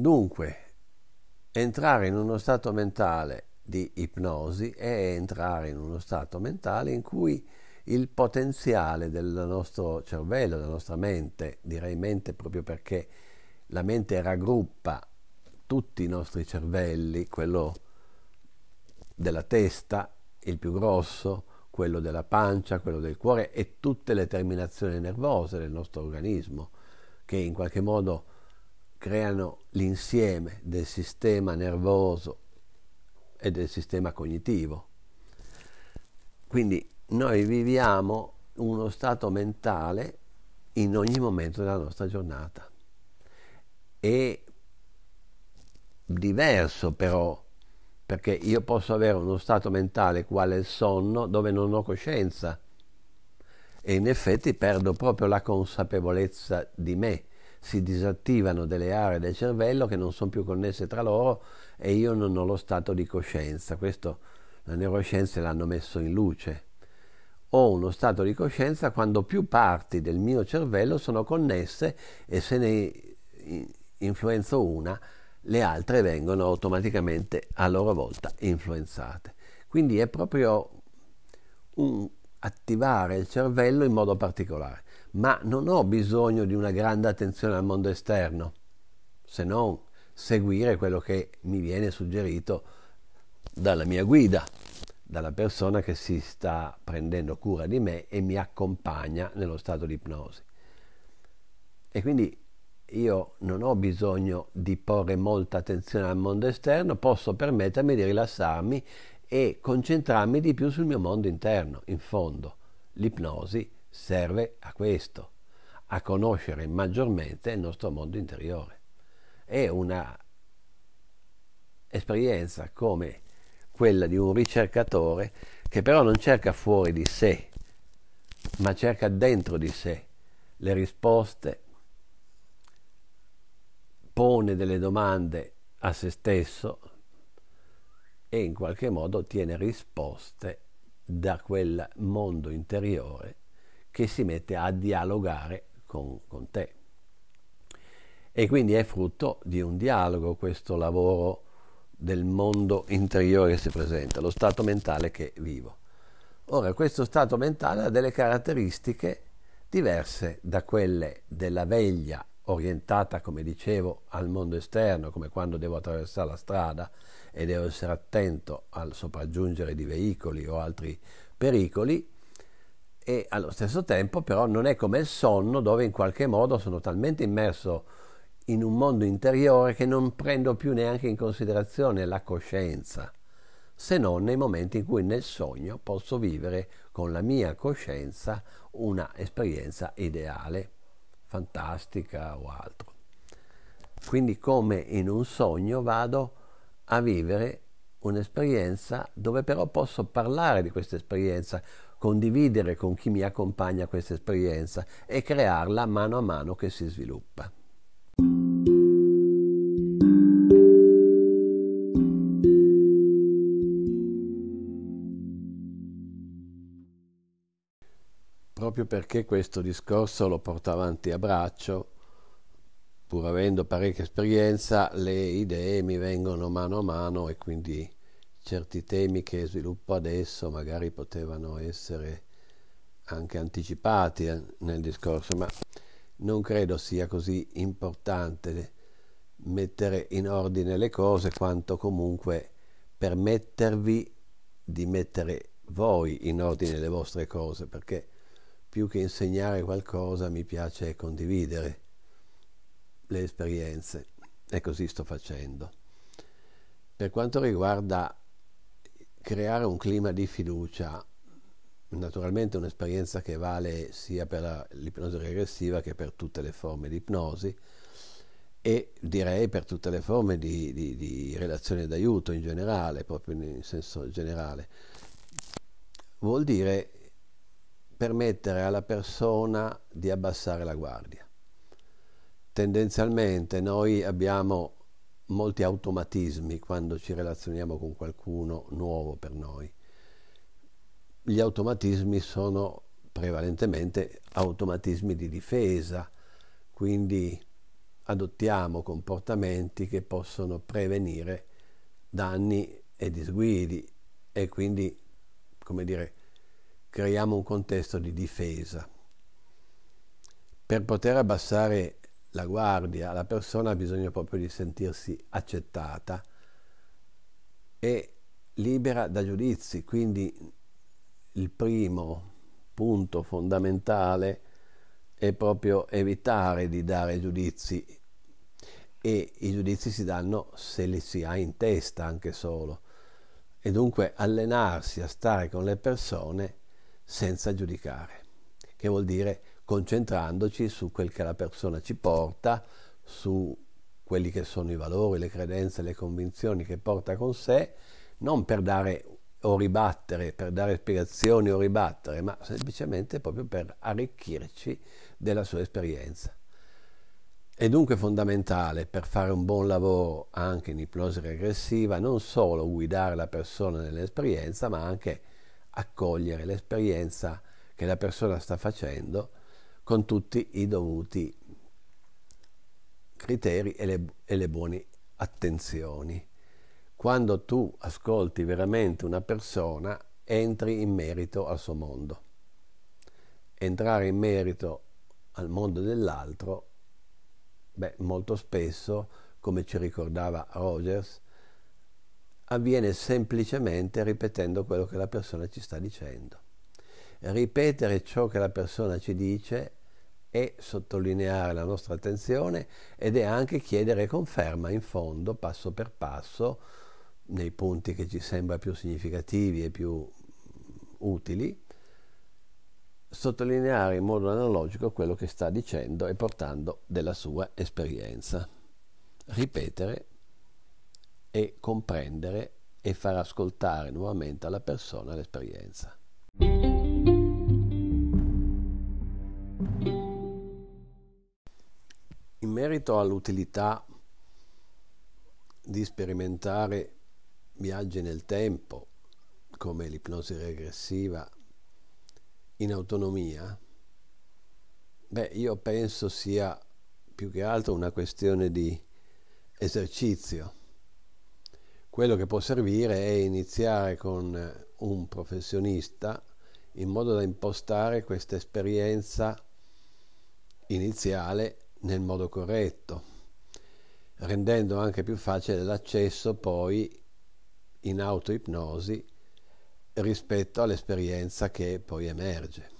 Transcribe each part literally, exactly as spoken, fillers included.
Dunque, entrare in uno stato mentale di ipnosi è entrare in uno stato mentale in cui il potenziale del nostro cervello, della nostra mente, direi mente proprio perché la mente raggruppa tutti i nostri cervelli, quello della testa, il più grosso, quello della pancia, quello del cuore e tutte le terminazioni nervose del nostro organismo, che in qualche modo creano l'insieme del sistema nervoso e del sistema cognitivo. Quindi noi viviamo uno stato mentale in ogni momento della nostra giornata. È diverso però, perché io posso avere uno stato mentale quale il sonno dove non ho coscienza e in effetti perdo proprio la consapevolezza di me. Si disattivano delle aree del cervello che non sono più connesse tra loro e io non ho lo stato di coscienza. Questo le neuroscienze l'hanno messo in luce. Ho uno stato di coscienza quando più parti del mio cervello sono connesse e se ne influenzo una, le altre vengono automaticamente a loro volta influenzate. Quindi è proprio un attivare il cervello in modo particolare. Ma non ho bisogno di una grande attenzione al mondo esterno, se non seguire quello che mi viene suggerito dalla mia guida, dalla persona che si sta prendendo cura di me e mi accompagna nello stato di ipnosi. E quindi io non ho bisogno di porre molta attenzione al mondo esterno, posso permettermi di rilassarmi e concentrarmi di più sul mio mondo interno. In fondo, l'ipnosi serve a questo, a conoscere maggiormente il nostro mondo interiore. È una esperienza come quella di un ricercatore che però non cerca fuori di sé, ma cerca dentro di sé le risposte, pone delle domande a se stesso e in qualche modo ottiene risposte da quel mondo interiore che si mette a dialogare con, con te. E quindi è frutto di un dialogo questo lavoro del mondo interiore che si presenta, lo stato mentale che vivo. Ora, questo stato mentale ha delle caratteristiche diverse da quelle della veglia orientata, come dicevo, al mondo esterno, come quando devo attraversare la strada e devo essere attento al sopraggiungere di veicoli o altri pericoli, e allo stesso tempo però non è come il sonno dove in qualche modo sono talmente immerso in un mondo interiore che non prendo più neanche in considerazione la coscienza, se non nei momenti in cui nel sogno posso vivere con la mia coscienza una esperienza ideale, fantastica o altro. Quindi come in un sogno vado a vivere un'esperienza dove però posso parlare di questa esperienza, condividere con chi mi accompagna a questa esperienza e crearla mano a mano che si sviluppa. Proprio perché questo discorso lo porto avanti a braccio, pur avendo parecchia esperienza, le idee mi vengono mano a mano e quindi certi temi che sviluppo adesso magari potevano essere anche anticipati nel discorso, ma non credo sia così importante mettere in ordine le cose quanto comunque permettervi di mettere voi in ordine le vostre cose, perché più che insegnare qualcosa mi piace condividere le esperienze e così sto facendo. Per quanto riguarda creare un clima di fiducia, naturalmente è un'esperienza che vale sia per l'ipnosi regressiva che per tutte le forme di ipnosi e direi per tutte le forme di, di, di relazione d'aiuto in generale, proprio in senso generale. Vuol dire permettere alla persona di abbassare la guardia. Tendenzialmente noi abbiamo molti automatismi quando ci relazioniamo con qualcuno nuovo per noi. Gli automatismi sono prevalentemente automatismi di difesa, quindi adottiamo comportamenti che possono prevenire danni e disguidi e quindi, come dire, creiamo un contesto di difesa. Per poter abbassare la guardia, la persona ha bisogno proprio di sentirsi accettata e libera da giudizi, quindi il primo punto fondamentale è proprio evitare di dare giudizi, e i giudizi si danno se li si ha in testa anche solo, e dunque allenarsi a stare con le persone senza giudicare, che vuol dire concentrandoci su quel che la persona ci porta, su quelli che sono i valori, le credenze, le convinzioni che porta con sé, non per dare o ribattere, per dare spiegazioni o ribattere, ma semplicemente proprio per arricchirci della sua esperienza. È dunque fondamentale, per fare un buon lavoro anche in ipnosi regressiva, non solo guidare la persona nell'esperienza, ma anche accogliere l'esperienza che la persona sta facendo con tutti i dovuti criteri e le, e le buone attenzioni. Quando tu ascolti veramente una persona, entri in merito al suo mondo. Entrare in merito al mondo dell'altro, beh, molto spesso, come ci ricordava Rogers, avviene semplicemente ripetendo quello che la persona ci sta dicendo. Ripetere ciò che la persona ci dice è sottolineare la nostra attenzione ed è anche chiedere conferma in fondo, passo per passo, nei punti che ci sembra più significativi e più utili, sottolineare in modo analogico quello che sta dicendo e portando della sua esperienza. Ripetere e comprendere e far ascoltare nuovamente alla persona l'esperienza. In merito all'utilità di sperimentare viaggi nel tempo, come l'ipnosi regressiva, in autonomia, beh, io penso sia più che altro una questione di esercizio. Quello che può servire è iniziare con un professionista in modo da impostare questa esperienza iniziale nel modo corretto, rendendo anche più facile l'accesso poi in autoipnosi rispetto all'esperienza che poi emerge.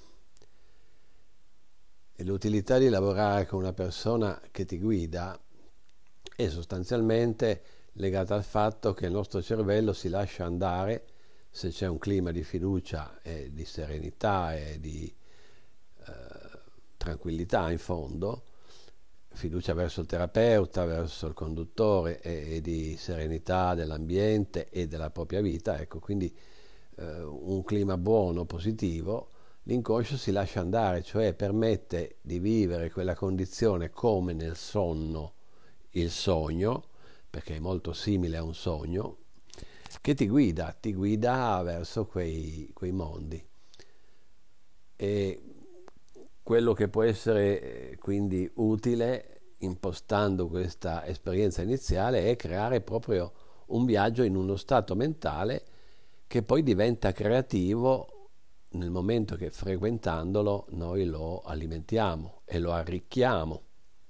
E l'utilità di lavorare con una persona che ti guida è sostanzialmente legata al fatto che il nostro cervello si lascia andare se c'è un clima di fiducia e di serenità e di eh, tranquillità in fondo, fiducia verso il terapeuta, verso il conduttore e, e di serenità dell'ambiente e della propria vita, ecco, quindi eh, un clima buono, positivo, l'inconscio si lascia andare, cioè permette di vivere quella condizione come nel sonno, il sogno, perché è molto simile a un sogno, che ti guida, ti guida verso quei, quei mondi. E quello che può essere quindi utile, impostando questa esperienza iniziale, è creare proprio un viaggio in uno stato mentale che poi diventa creativo nel momento che, frequentandolo, noi lo alimentiamo e lo arricchiamo.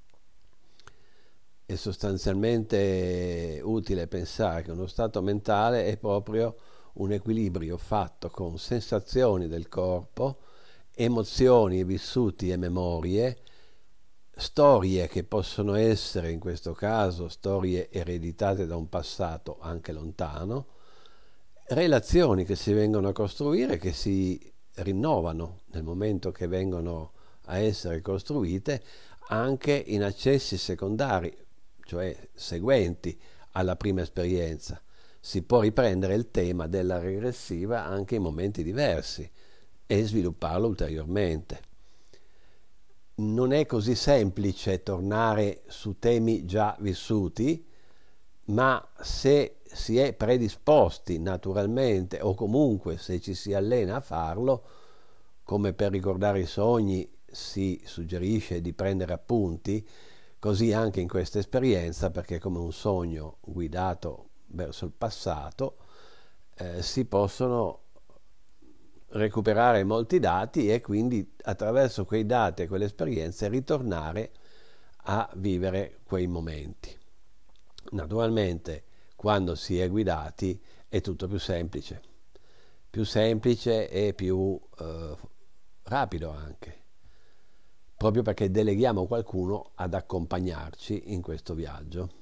È sostanzialmente utile pensare che uno stato mentale è proprio un equilibrio fatto con sensazioni del corpo, emozioni, vissuti e memorie, storie che possono essere in questo caso storie ereditate da un passato anche lontano, relazioni che si vengono a costruire, che si rinnovano nel momento che vengono a essere costruite, anche in accessi secondari, cioè seguenti alla prima esperienza. Si può riprendere il tema della regressiva anche in momenti diversi e svilupparlo ulteriormente. Non è così semplice tornare su temi già vissuti, ma se si è predisposti naturalmente, o comunque se ci si allena a farlo, come per ricordare i sogni si suggerisce di prendere appunti, Così anche in questa esperienza, perché come un sogno guidato verso il passato, eh, si possono recuperare molti dati e quindi attraverso quei dati e quelle esperienze ritornare a vivere quei momenti. Naturalmente, quando si è guidati è tutto più semplice, più semplice e più eh, rapido anche, proprio perché deleghiamo qualcuno ad accompagnarci in questo viaggio.